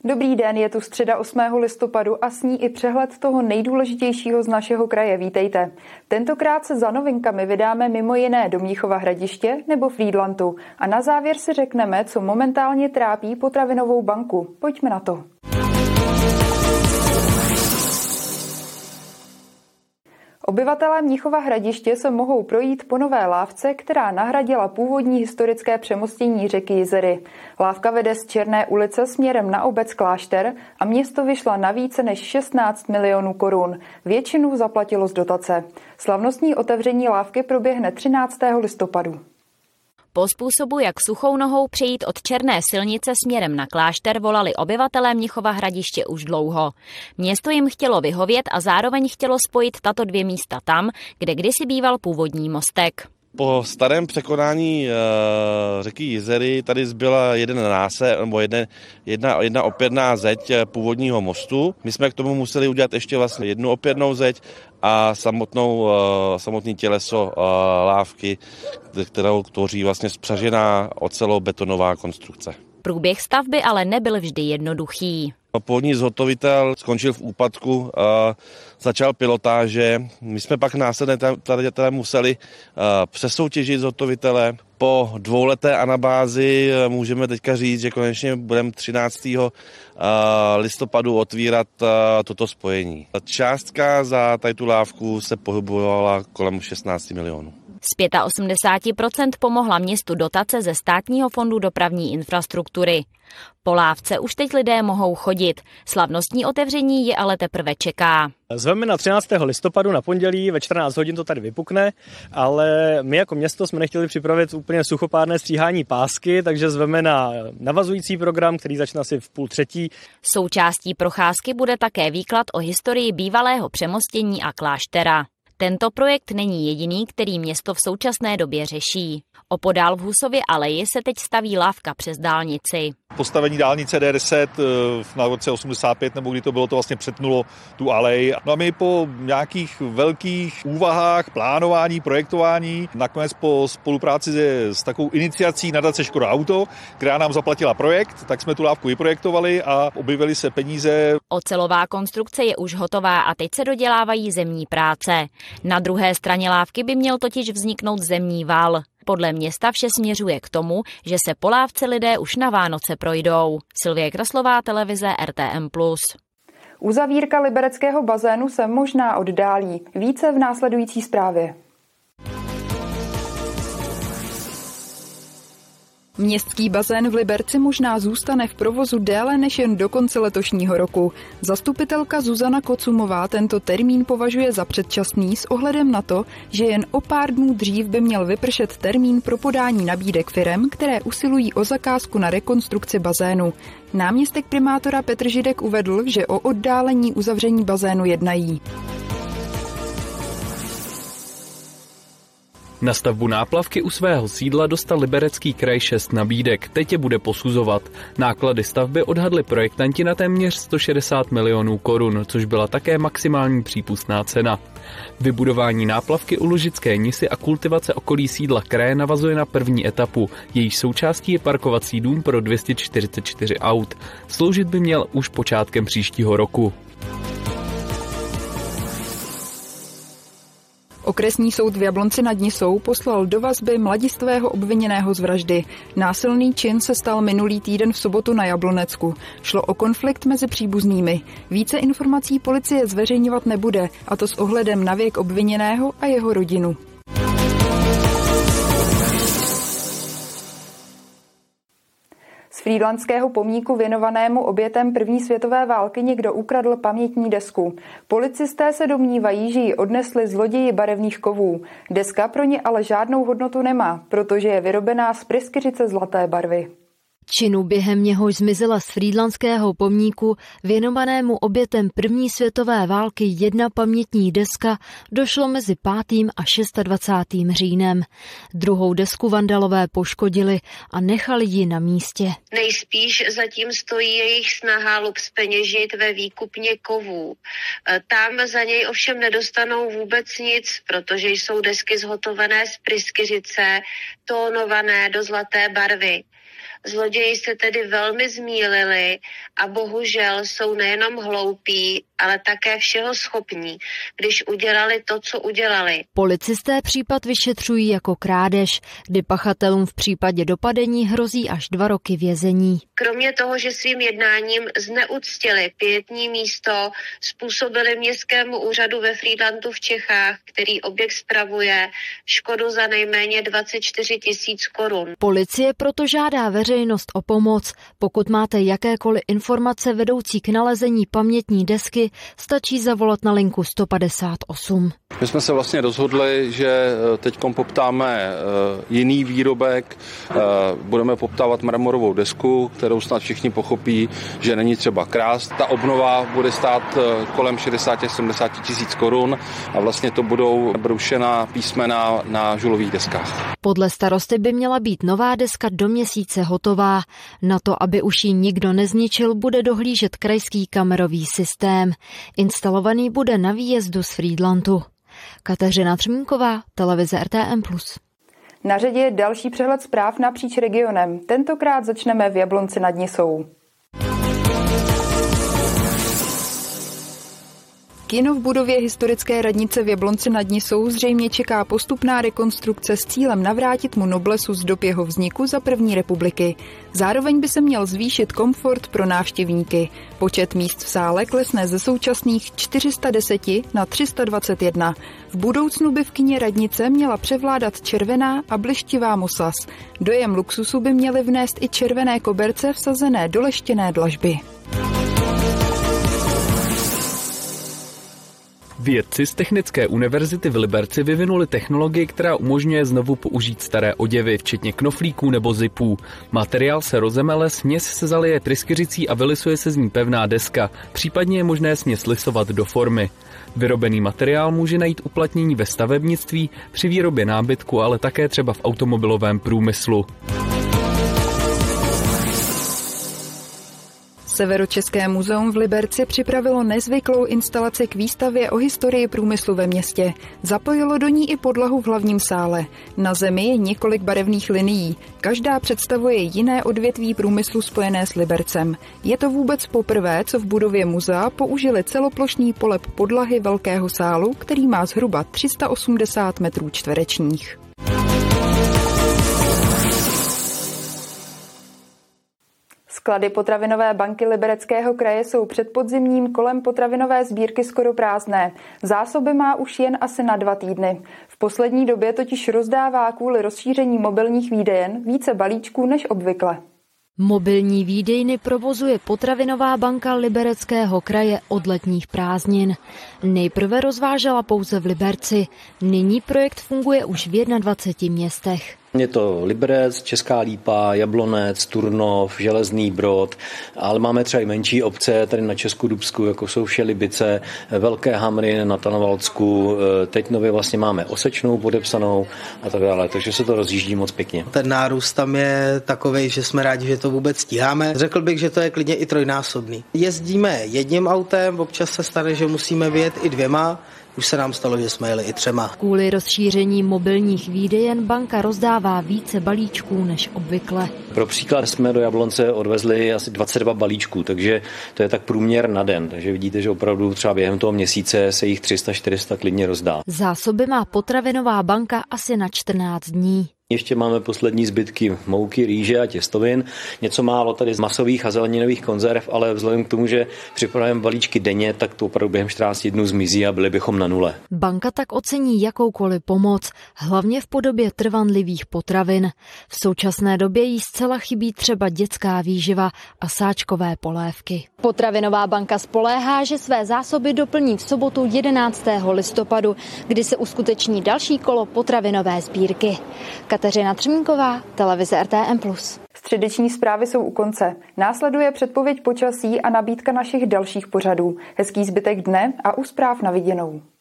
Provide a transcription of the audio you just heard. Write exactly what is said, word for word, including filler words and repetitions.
Dobrý den, je tu středa osmého listopadu a s ní i přehled toho nejdůležitějšího z našeho kraje. Vítejte. Tentokrát se za novinkami vydáme mimo jiné do Mnichova Hradiště nebo Frýdlantu. A na závěr si řekneme, co momentálně trápí potravinovou banku. Pojďme na to. Obyvatelé Mnichova Hradiště se mohou projít po nové lávce, která nahradila původní historické přemostění řeky Jizery. Lávka vede z Černé ulice směrem na obec Klášter a město vyšla na více než šestnáct milionů korun. Většinu zaplatilo z dotace. Slavnostní otevření lávky proběhne třináctého listopadu. Po způsobu, jak suchou nohou přejít od Černé silnice směrem na Klášter, volali obyvatelé Mnichova Hradiště už dlouho. Město jim chtělo vyhovět a zároveň chtělo spojit tato dvě místa tam, kde kdysi býval původní mostek. Po starém překonání e, řeky Jizery tady zbyla jeden náse, nebo jeden, jedna, jedna opěrná zeď původního mostu. My jsme k tomu museli udělat ještě vlastně jednu opěrnou zeď a samotnou, e, samotný těleso e, lávky, kterou tvoří vlastně spřažená ocelobetonová konstrukce. Průběh stavby ale nebyl vždy jednoduchý. Původní zhotovitel skončil v úpadku, začal pilotáže. My jsme pak následně tady, tady museli přesoutěžit zhotovitele. Po dvouleté anabázi můžeme teďka říct, že konečně budeme třináctého listopadu otvírat toto spojení. Částka za tady tu lávku se pohybovala kolem šestnáct milionů. Z osmdesát pět procent pomohla městu dotace ze Státního fondu dopravní infrastruktury. Po lávce už teď lidé mohou chodit. Slavnostní otevření je ale teprve čeká. Zveme na třináctého listopadu na pondělí, ve čtrnáct hodin to tady vypukne, ale my jako město jsme nechtěli připravit úplně suchopárné stříhání pásky, takže zveme na navazující program, který začne asi v půl třetí. Součástí procházky bude také výklad o historii bývalého přemostění a kláštera. Tento projekt není jediný, který město v současné době řeší. Opodál v Husově aleji se teď staví lávka přes dálnici. Postavení dálnice D deset na roce osmdesát pět, nebo kdy to bylo, to vlastně přetnulo tu alej. No a my po nějakých velkých úvahách, plánování, projektování, nakonec po spolupráci s takovou iniciací nadace Škoda Auto, která nám zaplatila projekt, tak jsme tu lávku vyprojektovali a objevily se peníze. Ocelová konstrukce je už hotová a teď se dodělávají zemní práce. Na druhé straně lávky by měl totiž vzniknout zemní val. Podle města vše směřuje k tomu, že se po lávce lidé už na Vánoce projdou. Sylvie Kraslová, televize R T M plus. Uzavírka libereckého bazénu se možná oddálí. Více v následující zprávě. Městský bazén v Liberci možná zůstane v provozu déle než jen do konce letošního roku. Zastupitelka Zuzana Kocumová tento termín považuje za předčasný s ohledem na to, že jen o pár dnů dřív by měl vypršet termín pro podání nabídek firem, které usilují o zakázku na rekonstrukci bazénu. Náměstek primátora Petr Židek uvedl, že o oddálení uzavření bazénu jednají. Na stavbu náplavky u svého sídla dostal Liberecký kraj šest nabídek, teď je bude posuzovat. Náklady stavby odhadli projektanti na téměř sto šedesát milionů korun, což byla také maximální přípustná cena. Vybudování náplavky u Lužické Nisy a kultivace okolí sídla kraje navazuje na první etapu, jejíž součástí je parkovací dům pro dvě stě čtyřicet čtyři aut. Sloužit by měl už počátkem příštího roku. Okresní soud v Jablonci nad Nisou poslal do vazby mladistvého obviněného z vraždy. Násilný čin se stal minulý týden v sobotu na Jablonecku. Šlo o konflikt mezi příbuznými. Více informací policie zveřejňovat nebude, a to s ohledem na věk obviněného a jeho rodinu. Z frýdlantského pomníku věnovanému obětem první světové války někdo ukradl pamětní desku. Policisté se domnívají, že ji odnesli zloději barevných kovů. Deska pro ně ale žádnou hodnotu nemá, protože je vyrobená z pryskyřice zlaté barvy. Činu, během něhož zmizela z frýdlantského pomníku věnovanému obětem první světové války jedna pamětní deska, došlo mezi pátým a dvacátým šestým říjnem. Druhou desku vandalové poškodili a nechali ji na místě. Nejspíš zatím stojí jejich snaha lup zpeněžit ve výkupně kovů. Tam za něj ovšem nedostanou vůbec nic, protože jsou desky zhotovené z pryskyřice, tónované do zlaté barvy. Zloději se tedy velmi zmýlili a bohužel jsou nejenom hloupí, ale také všeho schopní, když udělali to, co udělali. Policisté případ vyšetřují jako krádež, kdy pachatelům v případě dopadení hrozí až dva roky vězení. Kromě toho, že svým jednáním zneuctili pietní místo, způsobili městskému úřadu ve Frýdlantu v Čechách, který objekt spravuje, škodu za nejméně dvacet čtyři tisíc korun. Policie proto žádá veřejnost o pomoc. Pokud máte jakékoliv informace vedoucí k nalezení pamětní desky, stačí zavolat na linku sto padesát osm. My jsme se vlastně rozhodli, že teď poptáme jiný výrobek, budeme poptávat mramorovou desku, kterou snad všichni pochopí, že není třeba krást. Ta obnova bude stát kolem šedesát až sedmdesát tisíc korun a vlastně to budou broušená písmena na žulových deskách. Podle starosty by měla být nová deska do měsíce hotová. Na to, aby už ji nikdo nezničil, bude dohlížet krajský kamerový systém. Instalovaný bude na výjezdu z Frýdlantu. Kateřina Třmínková, televize R T M plus. Na řadě je další přehled zpráv napříč regionem. Tentokrát začneme v Jablonci nad Nisou. Kino v budově historické radnice v Jablonci nad Nisou zřejmě čeká postupná rekonstrukce s cílem navrátit mu noblesu z dob jeho vzniku za první republiky. Zároveň by se měl zvýšit komfort pro návštěvníky. Počet míst v sále klesne ze současných čtyři sta deset na tři sta dvacet jedna. V budoucnu by v kině radnice měla převládat červená a blištivá mosas. Dojem luxusu by měly vnést i červené koberce vsazené do leštěné dlažby. Vědci z Technické univerzity v Liberci vyvinuli technologii, která umožňuje znovu použít staré oděvy, včetně knoflíků nebo zipů. Materiál se rozemele, směs se zalije tryskyřicí a vylisuje se z ní pevná deska, případně je možné směs lisovat do formy. Vyrobený materiál může najít uplatnění ve stavebnictví, při výrobě nábytku, ale také třeba v automobilovém průmyslu. Severočeské muzeum v Liberci připravilo nezvyklou instalaci k výstavě o historii průmyslu ve městě. Zapojilo do ní i podlahu v hlavním sále. Na zemi je několik barevných linií. Každá představuje jiné odvětví průmyslu spojené s Libercem. Je to vůbec poprvé, co v budově muzea použili celoplošný polep podlahy velkého sálu, který má zhruba tři sta osmdesát metrů čtverečních. Sklady potravinové banky Libereckého kraje jsou před podzimním kolem potravinové sbírky skoro prázdné. Zásoby má už jen asi na dva týdny. V poslední době totiž rozdává kvůli rozšíření mobilních výdejen více balíčků než obvykle. Mobilní výdejny provozuje potravinová banka Libereckého kraje od letních prázdnin. Nejprve rozvážela pouze v Liberci. Nyní projekt funguje už v dvaceti jedné městech. Je to Liberec, Česká Lípa, Jablonec, Turnov, Železný Brod, ale máme třeba i menší obce tady na Českodubsku, jako jsou Všelibice, Velké Hamry na Tanovalsku, teď nově vlastně máme Osečnou podepsanou a tak dále, takže se to rozjíždí moc pěkně. Ten nárůst tam je takovej, že jsme rádi, že to vůbec stíháme. Řekl bych, že to je klidně i trojnásobný. Jezdíme jedním autem, občas se stane, že musíme vyjet i dvěma. Už se nám stalo, že jsme jeli i třema. Kvůli rozšíření mobilních výdejen banka rozdává více balíčků než obvykle. Pro příklad jsme do Jablonce odvezli asi dvacet dva balíčků, takže to je tak průměr na den. Takže vidíte, že opravdu třeba během toho měsíce se jich tři sta čtyři sta klidně rozdá. Zásoby má potravinová banka asi na čtrnáct dní. Ještě máme poslední zbytky mouky, rýže a těstovin, něco málo tady z masových a zeleninových konzerv, ale vzhledem k tomu, že připravujeme balíčky denně, tak to opravdu během čtrnácti dnů zmizí a byli bychom na nule. Banka tak ocení jakoukoliv pomoc, hlavně v podobě trvanlivých potravin. V současné době jí zcela chybí třeba dětská výživa a sáčkové polévky. Potravinová banka spoléhá, že své zásoby doplní v sobotu jedenáctého listopadu, kdy se uskuteční další kolo potravinové sbírky. Kateřina Třmínková, televize R T M plus. Středeční zprávy jsou u konce. Následuje předpověď počasí a nabídka našich dalších pořadů. Hezký zbytek dne a u zpráv na viděnou.